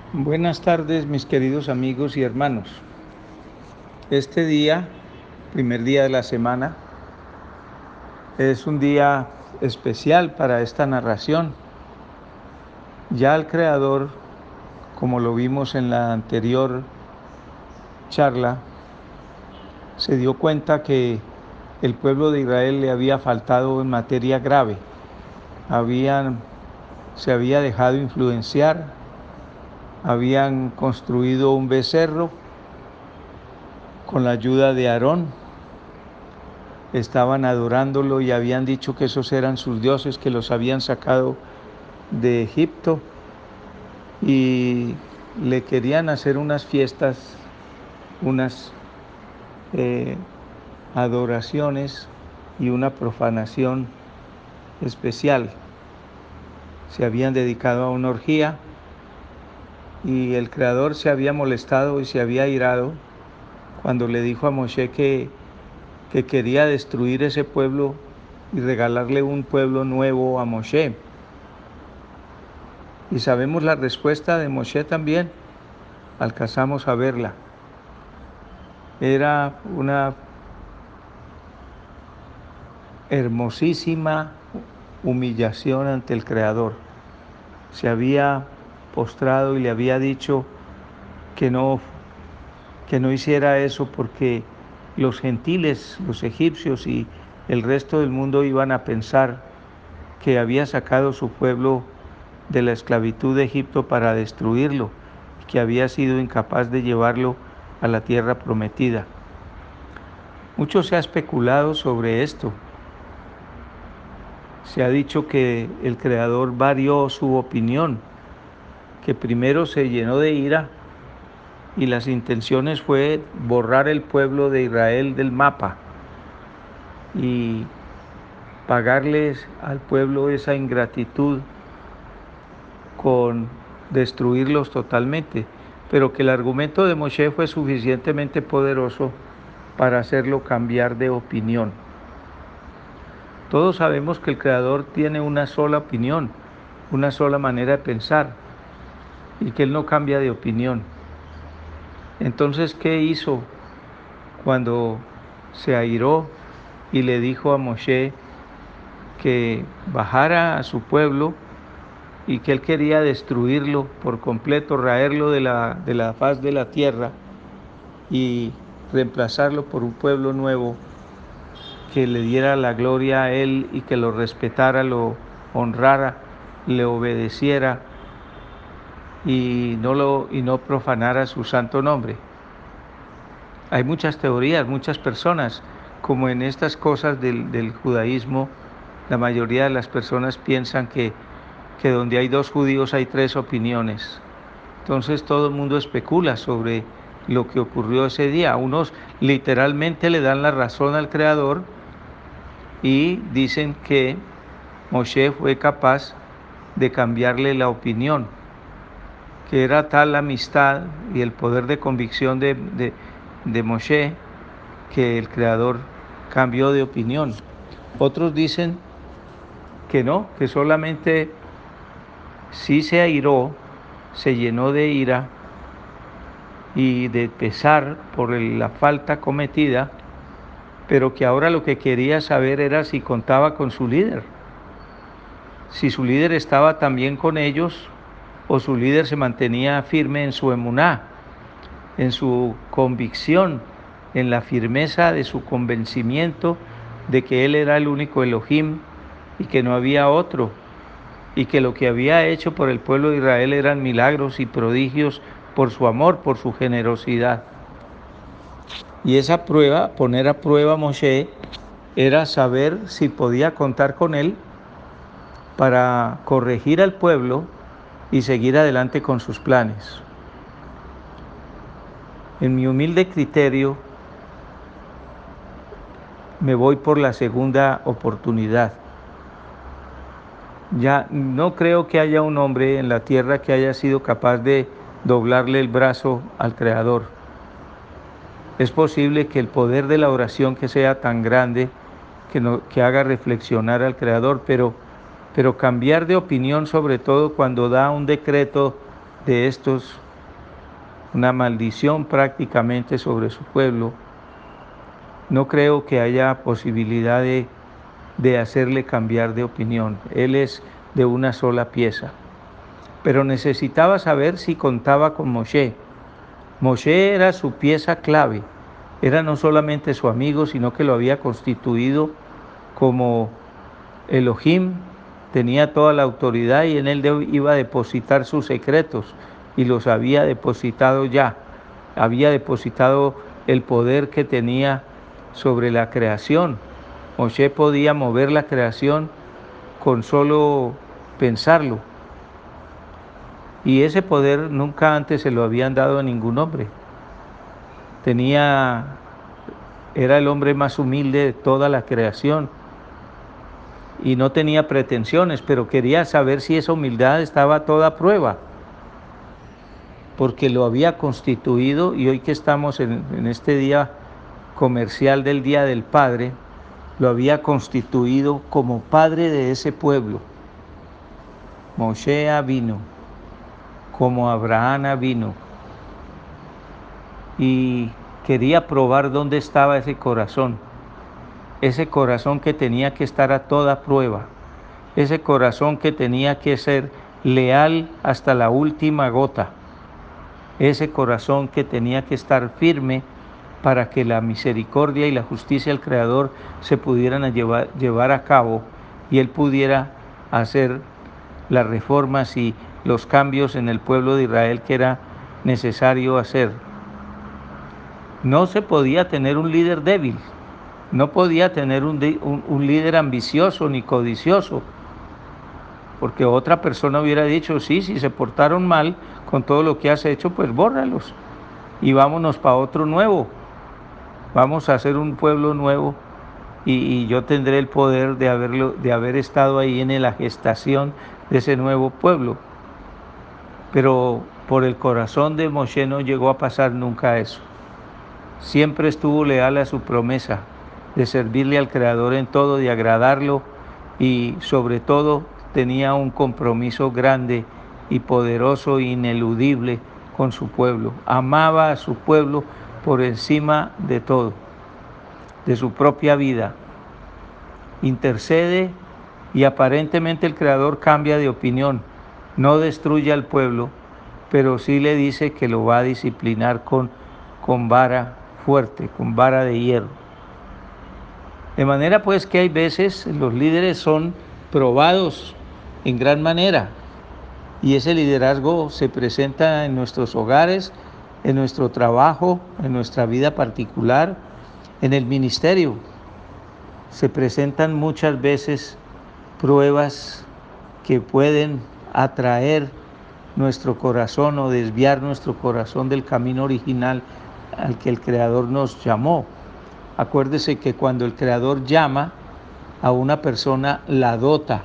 Buenas tardes, mis queridos amigos y hermanos. Este día, primer día de la semana, es un día especial para esta narración. Ya el Creador, como lo vimos en la anterior charla, se dio cuenta que el pueblo de Israel le había faltado en materia grave. Se había dejado influenciar, habían construido un becerro con la ayuda de Aarón. Estaban adorándolo y habían dicho que esos eran sus dioses, que los habían sacado de Egipto, y le querían hacer unas fiestas, unas eh, adoraciones y una profanación especial. Se habían dedicado a una orgía y el Creador se había molestado y se había airado cuando le dijo a Moshe que quería destruir ese pueblo y regalarle un pueblo nuevo a Moshe. Y sabemos la respuesta de Moshe también, alcanzamos a verla. Era una hermosísima humillación ante el Creador. Se había postrado y le había dicho que no hiciera eso porque los gentiles, los egipcios y el resto del mundo iban a pensar que había sacado su pueblo de la esclavitud de Egipto para destruirlo, que había sido incapaz de llevarlo a la tierra prometida. Mucho se ha especulado sobre esto. Se ha dicho que el Creador varió su opinión, que primero se llenó de ira y las intenciones fue borrar el pueblo de Israel del mapa y pagarles al pueblo esa ingratitud con destruirlos totalmente, pero que el argumento de Moshe fue suficientemente poderoso para hacerlo cambiar de opinión. Todos sabemos que el Creador tiene una sola opinión, una sola manera de pensar, y que Él no cambia de opinión. Entonces, ¿qué hizo cuando se airó y le dijo a Moshe que bajara a su pueblo y que Él quería destruirlo por completo, raerlo de la faz de la tierra y reemplazarlo por un pueblo nuevo que le diera la gloria a Él y que lo respetara, lo honrara, le obedeciera y no profanara su santo nombre? Hay muchas teorías, muchas personas, como en estas cosas del judaísmo, la mayoría de las personas piensan que donde hay dos judíos hay tres opiniones. Entonces todo el mundo especula sobre lo que ocurrió ese día. Unos literalmente le dan la razón al Creador y dicen que Moshe fue capaz de cambiarle la opinión, que era tal la amistad y el poder de convicción de Moshe que el Creador cambió de opinión. Otros dicen que no, que solamente sí se airó, se llenó de ira y de pesar por la falta cometida, pero que ahora lo que quería saber era si contaba con su líder, si su líder estaba también con ellos o su líder se mantenía firme en su emuná, en su convicción, en la firmeza de su convencimiento de que él era el único Elohim y que no había otro, y que lo que había hecho por el pueblo de Israel eran milagros y prodigios por su amor, por su generosidad. Y esa prueba, poner a prueba a Moshe, era saber si podía contar con él para corregir al pueblo y seguir adelante con sus planes. En mi humilde criterio, me voy por la segunda oportunidad. Ya no creo que haya un hombre en la tierra que haya sido capaz de doblarle el brazo al Creador. Es posible que el poder de la oración que sea tan grande que haga reflexionar al Creador, pero cambiar de opinión, sobre todo cuando da un decreto de estos, una maldición prácticamente sobre su pueblo, no creo que haya posibilidad de hacerle cambiar de opinión. Él es de una sola pieza. Pero necesitaba saber si contaba con Moshe. Moshe era su pieza clave. Era no solamente su amigo, sino que lo había constituido como Elohim, tenía toda la autoridad y en él iba a depositar sus secretos y los había depositado ya. Había depositado el poder que tenía sobre la creación. Moshe podía mover la creación con solo pensarlo. Y ese poder nunca antes se lo habían dado a ningún hombre. Era el hombre más humilde de toda la creación y no tenía pretensiones, pero quería saber si esa humildad estaba a toda prueba, porque lo había constituido. Y hoy que estamos en este día comercial del Día del Padre, lo había constituido como padre de ese pueblo. Moshe vino, como Abraham vino, y quería probar dónde estaba ese corazón que tenía que estar a toda prueba, ese corazón que tenía que ser leal hasta la última gota, ese corazón que tenía que estar firme para que la misericordia y la justicia del Creador se pudieran llevar a cabo y él pudiera hacer las reformas y los cambios en el pueblo de Israel que era necesario hacer. No se podía tener un líder débil, no podía tener un líder ambicioso ni codicioso, porque otra persona hubiera dicho, sí, si se portaron mal con todo lo que has hecho, pues bórralos y vámonos para otro nuevo. Vamos a hacer un pueblo nuevo y yo tendré el poder de haber estado ahí en la gestación de ese nuevo pueblo. Pero por el corazón de Moshe no llegó a pasar nunca eso. Siempre estuvo leal a su promesa de servirle al Creador en todo, de agradarlo, y sobre todo tenía un compromiso grande y poderoso e ineludible con su pueblo. Amaba a su pueblo por encima de todo, de su propia vida. Intercede y aparentemente el Creador cambia de opinión. No destruye al pueblo, pero sí le dice que lo va a disciplinar con vara fuerte, con vara de hierro. De manera pues que hay veces los líderes son probados en gran manera, y ese liderazgo se presenta en nuestros hogares, en nuestro trabajo, en nuestra vida particular, en el ministerio. Se presentan muchas veces pruebas que pueden atraer nuestro corazón o desviar nuestro corazón del camino original al que el Creador nos llamó. Acuérdese que cuando el Creador llama a una persona, la dota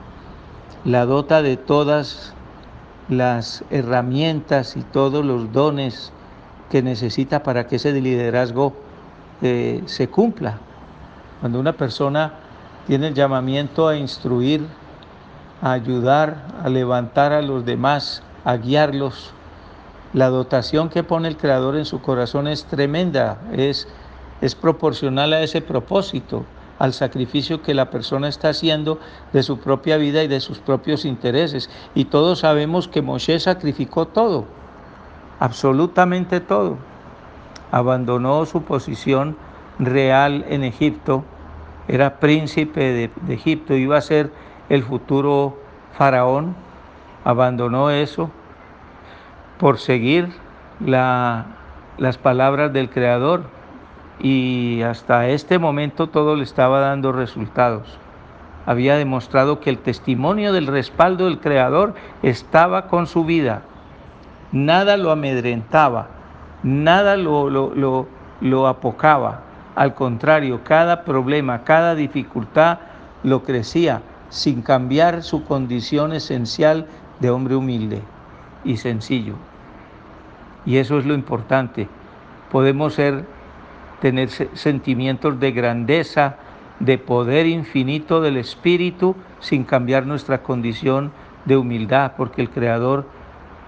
de todas las herramientas y todos los dones que necesita para que ese liderazgo se cumpla. Cuando una persona tiene el llamamiento a instruir, a ayudar, a levantar a los demás, a guiarlos, la dotación que pone el Creador en su corazón es tremenda, es proporcional a ese propósito, al sacrificio que la persona está haciendo de su propia vida y de sus propios intereses. Y todos sabemos que Moshe sacrificó todo, absolutamente todo. Abandonó su posición real en Egipto, era príncipe de Egipto, iba a ser el futuro faraón, abandonó eso por seguir las palabras del Creador, y hasta este momento todo le estaba dando resultados. Había demostrado que el testimonio del respaldo del Creador estaba con su vida. Nada lo amedrentaba, nada lo apocaba. Al contrario, cada problema, cada dificultad lo crecía sin cambiar su condición esencial de hombre humilde y sencillo. Y eso es lo importante. Podemos tener sentimientos de grandeza, de poder infinito del Espíritu, sin cambiar nuestra condición de humildad, porque el Creador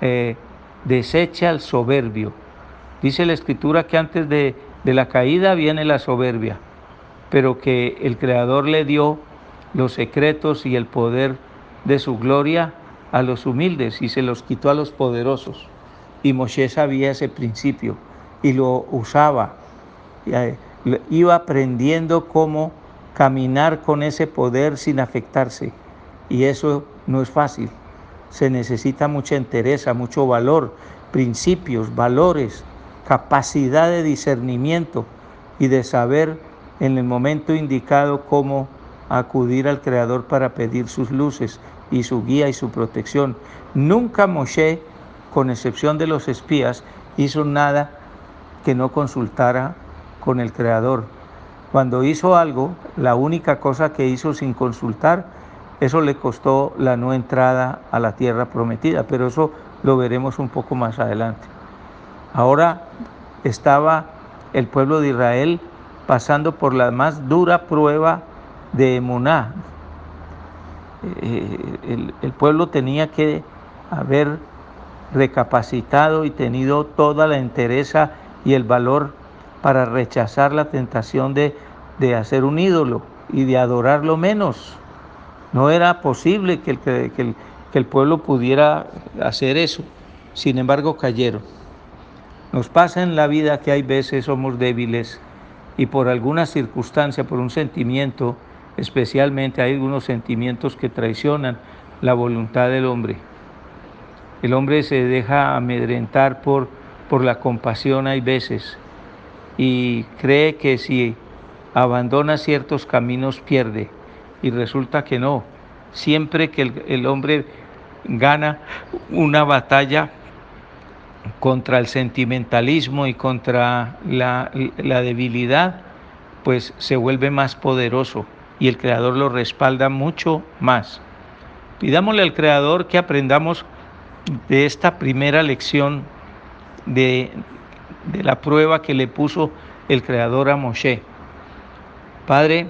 desecha al soberbio. Dice la Escritura que antes de la caída viene la soberbia, pero que el Creador le dio los secretos y el poder de su gloria a los humildes y se los quitó a los poderosos. Y Moshe sabía ese principio y lo usaba. Iba aprendiendo cómo caminar con ese poder sin afectarse. Y eso no es fácil. Se necesita mucha entereza, mucho valor, principios, valores, capacidad de discernimiento y de saber en el momento indicado cómo acudir al Creador para pedir sus luces y su guía y su protección. Nunca Moshe, con excepción de los espías, hizo nada que no consultara con el Creador. Cuando hizo algo, la única cosa que hizo sin consultar, eso le costó la no entrada a la tierra prometida, pero eso lo veremos un poco más adelante. Ahora estaba el pueblo de Israel pasando por la más dura prueba de emuná. El pueblo tenía que haber recapacitado y tenido toda la entereza y el valor para rechazar la tentación de hacer un ídolo y de adorarlo menos. No era posible que el pueblo pudiera hacer eso. Sin embargo, cayeron. Nos pasa en la vida que hay veces somos débiles y por alguna circunstancia, por un sentimiento, especialmente hay algunos sentimientos que traicionan la voluntad del hombre. El hombre se deja amedrentar por la compasión hay veces y cree que si abandona ciertos caminos pierde y resulta que no. Siempre que el hombre gana una batalla contra el sentimentalismo y contra la debilidad, pues se vuelve más poderoso y el Creador lo respalda mucho más. Pidámosle al Creador que aprendamos de esta primera lección de la prueba que le puso el Creador a Moshe. Padre,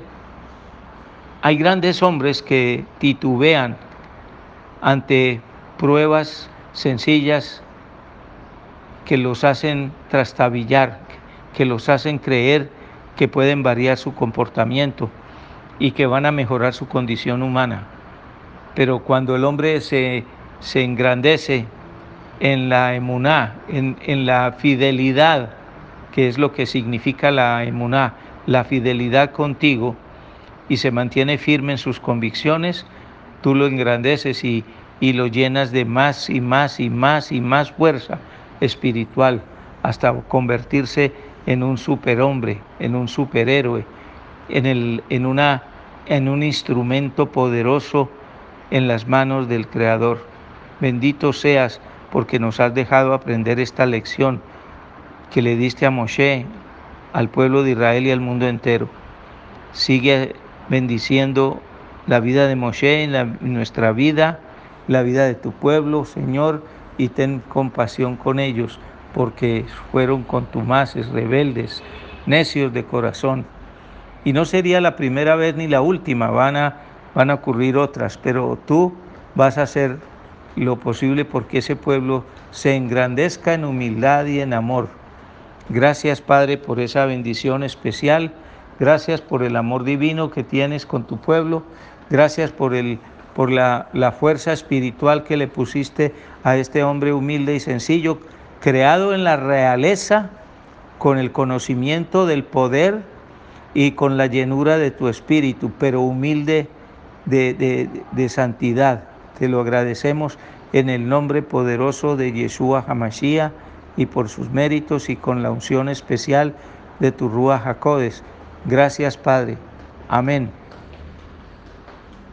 hay grandes hombres que titubean ante pruebas sencillas que los hacen trastabillar, que los hacen creer que pueden variar su comportamiento y que van a mejorar su condición humana. Pero cuando el hombre se engrandece en la emuná, en la fidelidad, que es lo que significa la emuná, la fidelidad contigo, y se mantiene firme en sus convicciones, tú lo engrandeces y lo llenas de más y más y más y más fuerza espiritual, hasta convertirse en un superhombre, en un superhéroe, en un instrumento poderoso en las manos del Creador. Bendito seas porque nos has dejado aprender esta lección que le diste a Moshe, al pueblo de Israel y al mundo entero. Sigue bendiciendo la vida de Moshe, nuestra vida, la vida de tu pueblo, Señor, y ten compasión con ellos, porque fueron contumaces, rebeldes, necios de corazón. Y no sería la primera vez ni la última, van a ocurrir otras, pero tú vas a hacer lo posible porque ese pueblo se engrandezca en humildad y en amor. Gracias, Padre, por esa bendición especial. Gracias por el amor divino que tienes con tu pueblo. Gracias por la fuerza espiritual que le pusiste a este hombre humilde y sencillo, creado en la realeza, con el conocimiento del poder y con la llenura de tu espíritu, pero humilde de santidad. Te lo agradecemos en el nombre poderoso de Yeshua HaMashiach y por sus méritos y con la unción especial de tu Ruach HaKodesh. Gracias, Padre. Amén.